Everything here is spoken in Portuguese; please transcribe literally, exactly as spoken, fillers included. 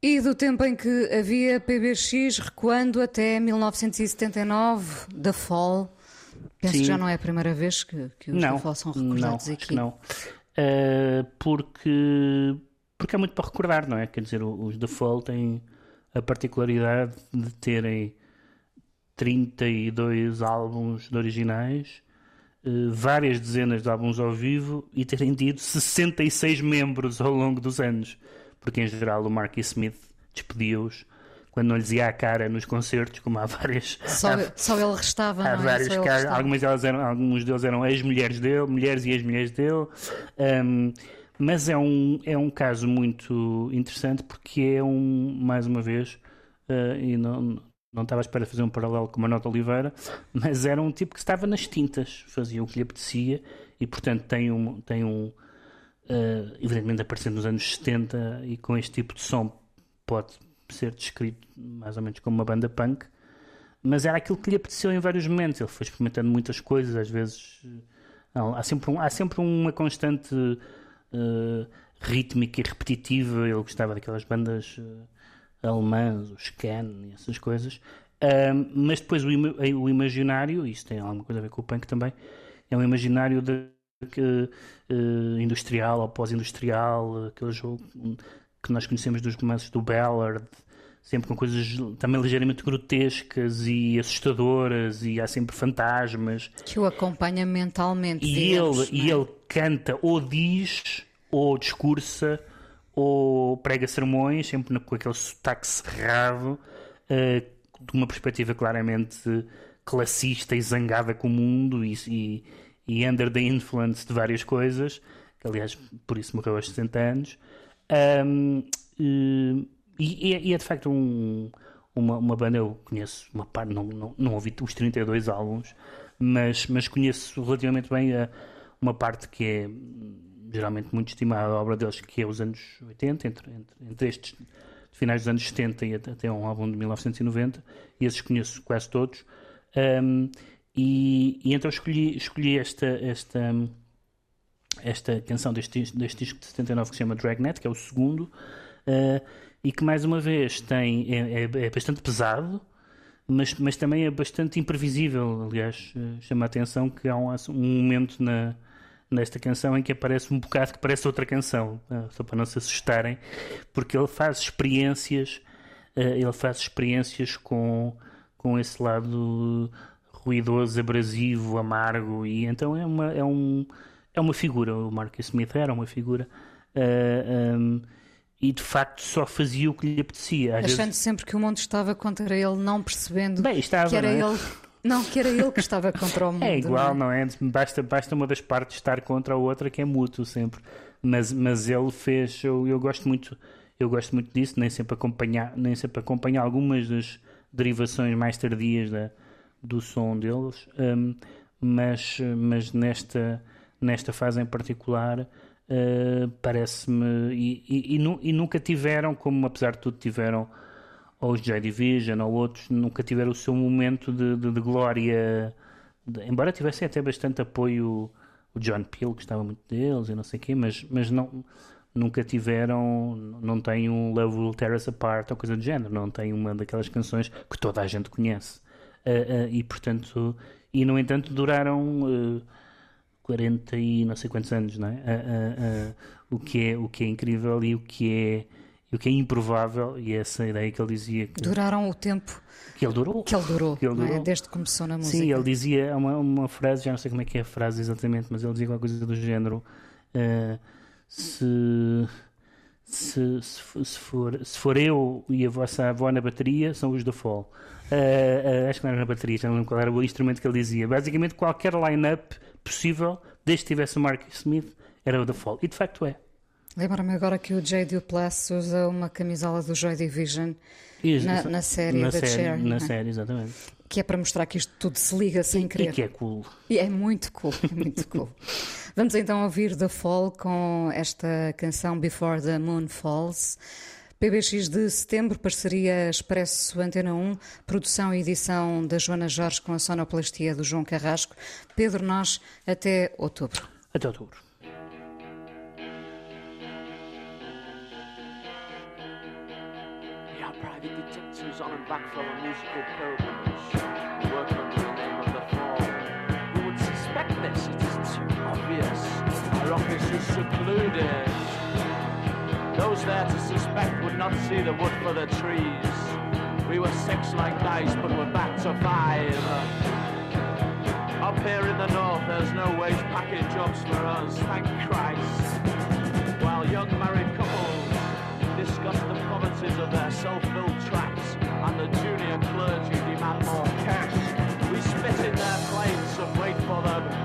E do tempo em que havia P B X, recuando até mil novecentos e setenta e nove, The Fall. Penso Sim. que já não é a primeira vez que, que os Não, The Fall são recordados não, aqui. acho que não. Uh, porque, porque é muito para recordar, não é? Quer dizer, os The Fall têm a particularidade de terem trinta e dois álbuns de originais, uh, várias dezenas de álbuns ao vivo e terem tido sessenta e seis membros ao longo dos anos. Porque, em geral, o Marky Smith despediu-os quando não lhes ia à cara nos concertos, como há várias... Só, há, só ele restava, há não é? vários Só ele casos, restava. algumas delas eram, alguns deles eram ex-mulheres dele, mulheres e ex-mulheres dele. Um, mas é um, é um caso muito interessante porque é um, mais uma vez, uh, e não, não estava à espera de fazer um paralelo com o Manuel de Oliveira, mas era um tipo que estava nas tintas, fazia o que lhe apetecia e, portanto, tem um... Tem um Uh, evidentemente aparecendo nos anos setenta e com este tipo de som pode ser descrito mais ou menos como uma banda punk, mas era aquilo que lhe apeteceu em vários momentos. Ele foi experimentando muitas coisas, às vezes não, há, sempre um, há sempre uma constante uh, rítmica e repetitiva. Ele gostava daquelas bandas uh, alemãs, o Scan e essas coisas, uh, mas depois o, o imaginário, isto tem alguma coisa a ver com o punk também, é um imaginário de Que, uh, industrial ou pós-industrial, aquele jogo que nós conhecemos dos romances do Ballard, sempre com coisas também ligeiramente grotescas e assustadoras, e há sempre fantasmas. Que o acompanha mentalmente. E, digamos, ele, e ele canta ou diz, ou discursa, ou prega sermões, sempre com aquele sotaque cerrado, uh, de uma perspectiva claramente classista e zangada com o mundo e, e e under the influence de várias coisas, que aliás por isso morreu aos sessenta anos, um, e, e, é, e é de facto um, uma, uma banda. Eu conheço uma parte, não, não, não ouvi os trinta e dois álbuns, mas, mas conheço relativamente bem a, uma parte que é geralmente muito estimada, a obra deles, que é os anos oitenta, entre, entre, entre estes finais dos anos setenta e até um álbum de mil novecentos e noventa, e esses conheço quase todos. Um, E, e então escolhi, escolhi esta, esta, esta canção deste, deste disco de setenta e nove que se chama Dragnet, que é o segundo, uh, e que mais uma vez tem, é, é, é bastante pesado, mas, mas também é bastante imprevisível. Aliás, uh, chama a atenção que há um, um momento na, nesta canção em que aparece um bocado que parece outra canção, uh, só para não se assustarem, porque ele faz experiências, uh, ele faz experiências com, com esse lado ruidoso, abrasivo, amargo, e então é uma, é um, é uma figura. O Marky Smith era uma figura, uh, um, e de facto só fazia o que lhe apetecia. Às Achando vezes... sempre que o mundo estava contra ele, não percebendo Bem, estava, que era não é? ele, não, que era ele que estava contra o mundo. É igual, não é? não é? Basta, basta uma das partes estar contra a outra, que é mútuo sempre. Mas, mas ele fez, eu, eu gosto muito, eu gosto muito disso, nem sempre acompanhar, nem sempre acompanhar algumas das derivações mais tardias da do som deles, um, mas, mas nesta, nesta fase em particular, uh, parece-me, e, e, e, nu, e nunca tiveram, como apesar de tudo tiveram, ou os Joy Division ou outros, nunca tiveram o seu momento de, de, de glória, de, embora tivessem até bastante apoio, o John Peel, que gostava muito deles e não sei o quê, mas, mas não, nunca tiveram, não tem um Love Will Tear Us Apart ou coisa do género, não tem uma daquelas canções que toda a gente conhece. Uh, uh, e portanto, e no entanto duraram uh, quarenta e não sei quantos anos, não é? Uh, uh, uh, o, que é o que é incrível e o que é, e o que é improvável, e essa ideia que ele dizia que, duraram o tempo que ele durou, que ele durou, que ele não é? durou. Desde que começou na música. Sim, ele dizia uma, uma frase, já não sei como é que é a frase exatamente, mas ele dizia alguma coisa do género, uh, se Se, se, se, for, se for eu e a vossa avó na bateria, são os da Fall. Uh, uh, acho que não era na bateria, já não lembro qual era o instrumento que ele dizia. Basicamente, qualquer line-up possível, desde que tivesse o Marky Smith, era o da Fall. E de facto é. Lembra-me agora que o Jay Duplass usa uma camisola do Joy Division na, na série na The série, Chair. Na é? série, exatamente. Que é para mostrar que isto tudo se liga sem e, querer. E que é cool. E é muito cool, é muito cool. Vamos então ouvir The Fall com esta canção Before the Moon Falls. P B X de setembro, parceria Expresso Antena um, produção e edição da Joana Jorge com a sonoplastia do João Carrasco. Pedro Nós, até outubro. Até outubro. Private detectives on and back from a musical pilgrimage, working under the name of the Fall. Who would suspect this? It is too obvious. Our office is secluded. Those there to suspect would not see the wood for the trees. We were six like dice, but we're back to five. Up here in the north, there's no wage packet jobs for us, thank Christ. While young married couples discuss the poverties of their self-filled traps, and the junior clergy demand more cash, we spit in their plates and wait for them